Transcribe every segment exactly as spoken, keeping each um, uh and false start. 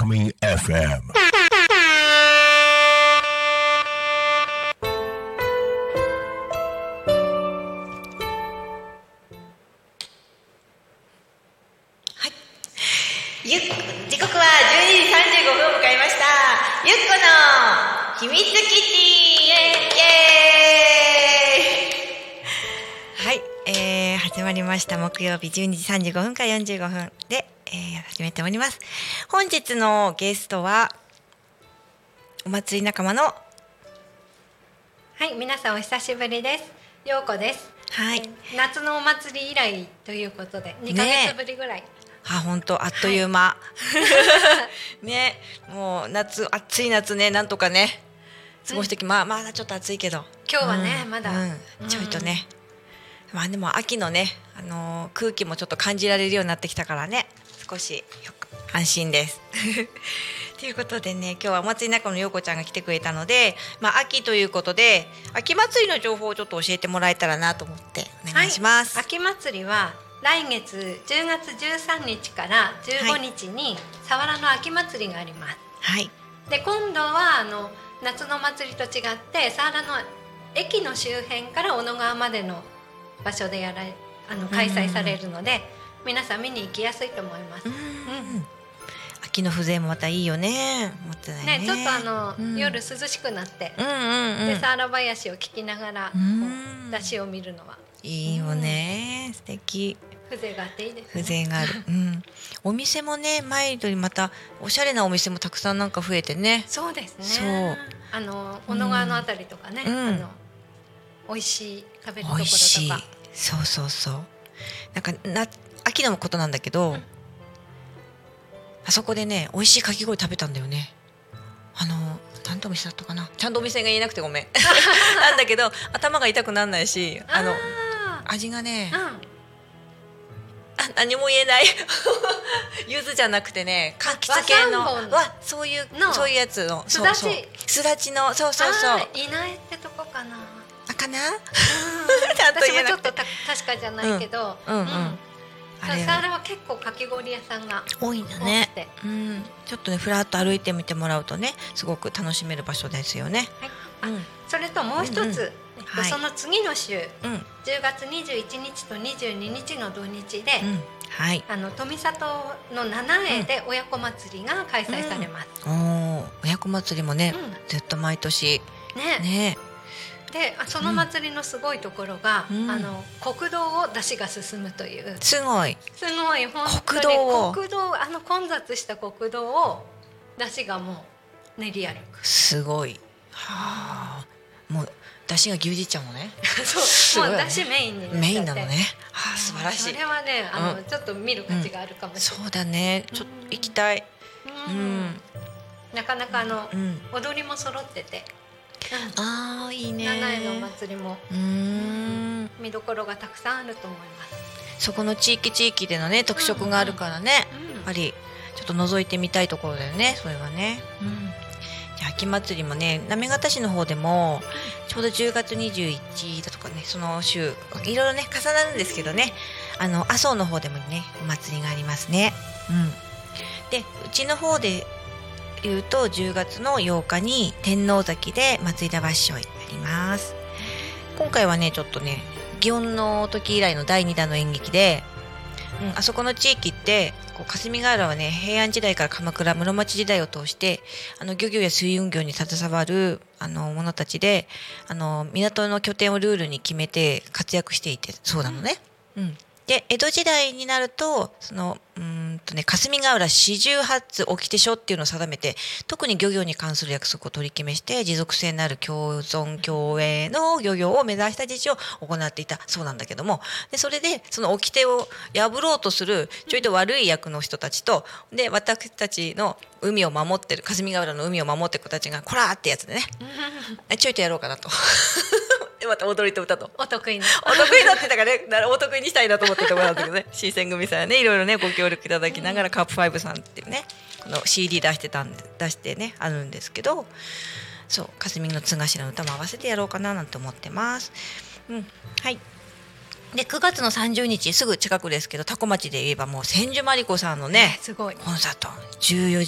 Alchemy エフエム。 ゆっ時刻はじゅうにじさんじゅうごふんを迎えました。ゆっこの秘密基地イエーイ。はい、えー、始まりました。木曜日じゅうにじさんじゅうごふんからよんじゅうごふんで、えー、始めております。本日のゲストはお祭り仲間の、はい、皆さんお久しぶりです。ようこです。 はい、 夏のお祭り以来ということでにかげつぶりぐらい、ね、 あ、本当あっという間、はい、ね、もう夏、暑い夏ね、なんとかね過ごしてき、うん、まあまだちょっと暑いけど今日はね、うん、まだ、 うん、ちょいとね、うん、まあでも秋のね、あのー、空気もちょっと感じられるようになってきたからね、少し安心ですということでね、今日はお祭り仲間のようこちゃんが来てくれたので、まあ、秋ということで秋祭りの情報をちょっと教えてもらえたらなと思ってお願いします。 はい、秋祭りは来月じゅうがつじゅうさんにちからじゅうごにちに佐原の秋祭りがあります。 はい、 で今度はあの夏の祭りと違って佐原の駅の周辺から小野川までの場所でやらあの開催されるので、皆さん見に行きやすいと思います。うんうん、 秋の風情もまたいいよね。もったいないね。 ね、ちょっとあの、うん、夜涼しくなって、うんうんうん、で佐原林を聞きながら、うん、出汁を見るのはいいよね、うん、素敵。 風情があっていいですね。 風情がある、うん、お店もね、前よりまたおしゃれなお店もたくさんなんか増えてね。 そうですね。 そう、 あの小野川のあたりとかね、うん、あの美味しい食べるところとか。 そうそうそう。なんかな秋のことなんだけど、うん、あそこでね美味しいかき氷食べたんだよね。あのなんとお店だったかな、ちゃんとお店が言えなくてごめんなんだけど頭が痛くならないし、あの味がね、うん、あ、何も言えない柚子じゃなくてね、柑橘系のわ、そういうそういうやつのすだちすだちの、そうそうそう、 いないってとこかなあかなちゃんと言えなくて、私もちょっと確かじゃないけど、うんうんうん、佐原は結構かき氷屋さんが多いんだね。うん、ちょっとねふらっと歩いてみてもらうとね、すごく楽しめる場所ですよね。 はい、うん、それともう一つ、うんうん、えっとはい、その次の週、うん、じゅうがつにじゅういちにちとにじゅうににちの土日で、うん、はい、あの富里の七重で親子祭りが開催されます。 うん、お親子祭りもね、うん、ずっと毎年ね。ねでその祭りのすごいところが、うん、あの国道を出汁が進むという、 すごいすごい本当に国道を国道あの混雑した国道を出汁がもう練り歩く、 すごい、はあ、もう出汁が牛耳っちゃうのねそうもう出汁メインになっちゃって、 メインなのね、はあ、素晴らしい。 それはねあの、うん、ちょっと見る価値があるかもしれない、 うん、そうだね、ちょっと行きたい、うん、うん、 なかなかあの、うん、踊りも揃ってて、 うん、あーいいね、 七重のお祭りもうーん見どころがたくさんあると思います。 そこの地域地域でのね特色があるからね、うんうん、やっぱりちょっと覗いてみたいところだよね、それはね、うん、じゃあ秋祭りもね、行方市の方でもちょうどじゅうがつにじゅういちだとかね、その週いろいろね重なるんですけどね、あの阿蘇の方でもねお祭りがありますね、うん、でうちの方でいうとじゅうがつのようかに天王崎で祭りだわっしょいやります。今回はねちょっとね祇園の時以来のだいにだんの演劇で、うん、あそこの地域ってこう霞ヶ浦はね平安時代から鎌倉室町時代を通してあの漁業や水運業に携わるあの者たちで、あの港の拠点をルールに決めて活躍していてそうなのね、うん、で江戸時代になるとそのうーんとね霞ヶ浦四十八掟書っていうのを定めて、特に漁業に関する約束を取り決めして持続性のある共存共栄の漁業を目指した実施を行っていたそうなんだけども、でそれでその掟を破ろうとするちょいと悪い役の人たちと、で私たちの海を守ってる霞ヶ浦の海を守ってる子たちがこらーってやつでねちょいとやろうかなとでまた踊りと歌とお得意なお得意だってたからね、お得意にしたいなと思ってるところなんだけどね新選組さんはねいろいろねご協力いただきながら、うん、カープファイブさんっていうねこの シーディー 出してたんで出してねあるんですけど、そう霞の津頭の歌も合わせてやろうかななんて思ってます、うん、はい。でくがつのさんじゅうにちすぐ近くですけど多古町で言えばもう千住まりこさんのねすごいコンサートじゅうよじ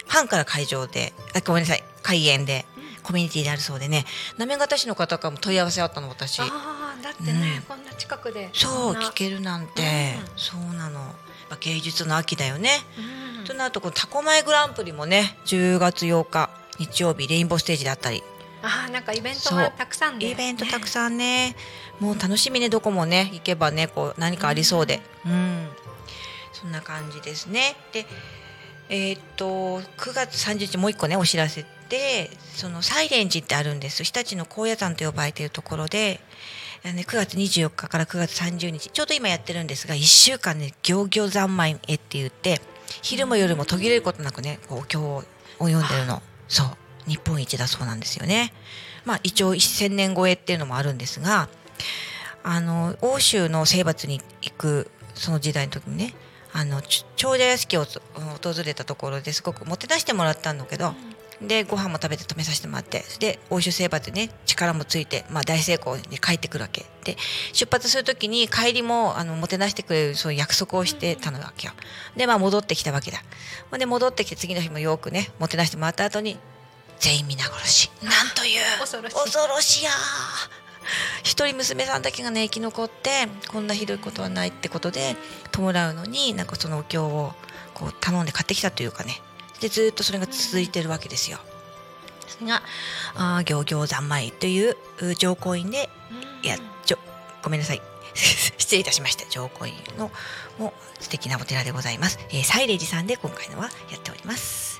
半から会場であごめんなさい開演で、うん、コミュニティであるそうでね、行方市の方からも問い合わせあったの私。 あだってね、うん、こんな近くでそう聞けるなんて、 うん、 そうなの、芸術の秋だよね、うん、となるとこのタコマイグランプリもねじゅうがつようか日曜日レインボーステージだったり、 あなんかイベントがたくさんで、 イベントたくさんね、もう楽しみね、どこもね行けばねこう何かありそうで、うん、うん、そんな感じですね。でえー、っとくがつさんじゅうにちもう一個ねお知らせで、そのサイレン寺ってあるんです。日立の高野山と呼ばれているところで、くがつにじゅうよっかからくがつさんじゅうにちちょうど今やってるんですが、いっしゅうかんね行々三昧へって言って昼も夜も途切れることなくねこうお経を読んでるの。そう日本一だそうなんですよね。まあ一応せんねん超えっていうのもあるんですが、あの欧州の征伐に行くその時代の時にね、あの長者屋敷を訪れたところですごくもてなしてもらったんだけど、うん、でご飯も食べて泊めさせてもらって、で欧州征伐ね力もついて、まあ、大成功に帰ってくるわけで、出発する時に帰りもあのもてなしてくれるそういう約束をしてたのわけよ。でまあ戻ってきたわけだ。で戻ってきて次の日もよくねもてなしてもらった後に全員皆殺し、なんという恐ろしい恐ろしや一人娘さんだけがね生き残ってこんなひどいことはないってことで弔うのになんかそのお経をこう頼んで買ってきたというかね、でずっとそれが続いてるわけですよ。それがあ行々三昧という浄光院で、いやじょごめんなさい失礼いたしました。浄光院のも素敵なお寺でございます。えー、サイレージさんで今回のはやっております。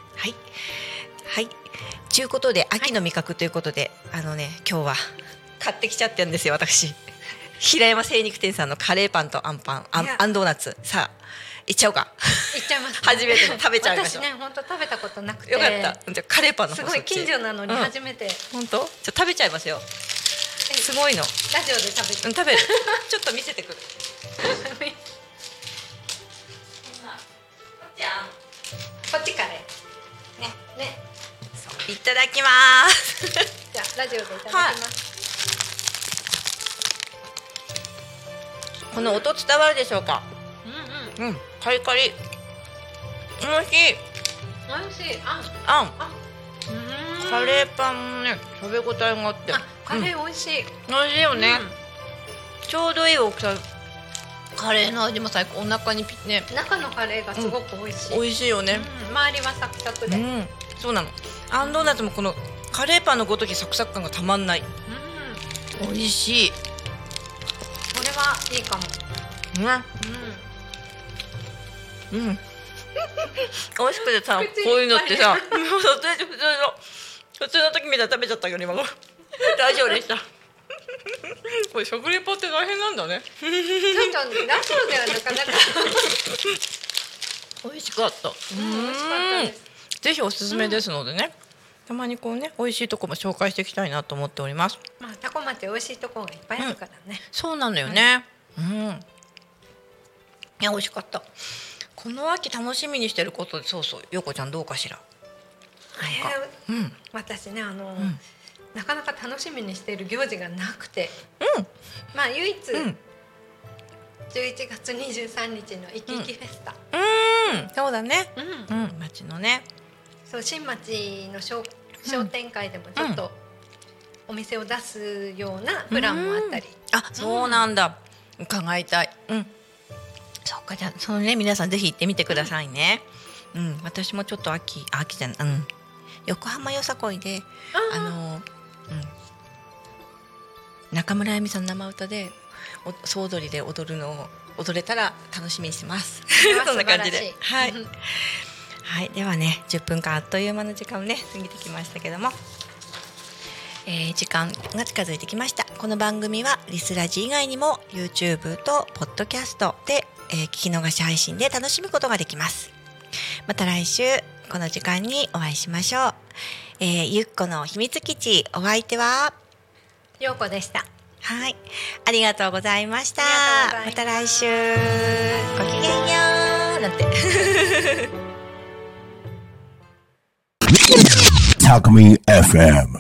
はいはいということで秋の味覚ということで、はい、あのね今日は買ってきちゃってるんですよ私。平山精肉店さんのカレーパンとあんパンあん、あんドーナツ、さあいっちゃおうか。 いっちゃいます、ね、 初めての食べちゃいましょう。 私ね本当食べたことなくてよかった。じゃカレーパンの方すごい近所なのに初めて、うん、 本当？ちょっと食べちゃいますよ。すごいの。 ラジオで食べて、 うん、食べるちょっと見せてくるこっちカレーねねいただきますじゃあラジオでいただきます、はい、 この音伝わるでしょうか。うんうん、うん、カリカリおいしいおいしいあんあんカレーパンね食べ応えがあって、 あカレーおいしい、 うん、おいしいよね、うん、ちょうどいい大きさ。カレーの味も最高。お腹にピッね、 中のカレーがすごくおいしい、 うん、おいしいよね、 うん、周りはサクサクで、うん、 そうなの。あんドーナツもこのカレーパンのごときサクサク感がたまんない、うん、おいしい。これはいいかも。 うん、うん、美味しくてさ、こういうのってさ普通の普通の時みたいに食べちゃったけど今大丈夫でしたこれ食レポって大変なんだねちょっとラジオではなかなか美味しかった。うん、美味しかったです。ぜひおすすめですのでね、うん、たまにこうね美味しいとこも紹介していきたいなと思っております。 まあタコ町美味しいところがいっぱいあるからね、うん、 そうなのよね、うん、うん、いや美味しかった。この秋楽しみにしてることで、そうそう、よこちゃんどうかしら。 えーうん、私ねあの、うん、なかなか楽しみにしている行事がなくて、うん、まあ唯一、うん、じゅういちがつにじゅうさんにちのいきいきフェスタ、 うん、うん、そうだね、うんうん、町のね、 そう新町の 商, 商店会でもちょっとお店を出すようなプランもあったり、 うん、あ、そうなんだ、伺いたい、うん、そうか、じゃあそのね皆さんぜひ行ってみてくださいね、うんうん、私もちょっと秋秋じゃない、うん、横浜よさこいであの、うん、中村あやみさんの生歌で総踊りで踊るのを踊れたら楽しみにしてますそんな感じで、はい、はい、ではねじゅっぷんかんあっという間の時間をね過ぎてきましたけども、えー、時間が近づいてきました。この番組はリスラジ以外にも YouTube と Podcast で、えー、聞き逃し配信で楽しむことができます。また来週この時間にお会いしましょう。えー、ゆっこの秘密基地、お相手はようこでした。 はい、ありがとうございました。また来週、ごきげんようなんてタコミ エフエム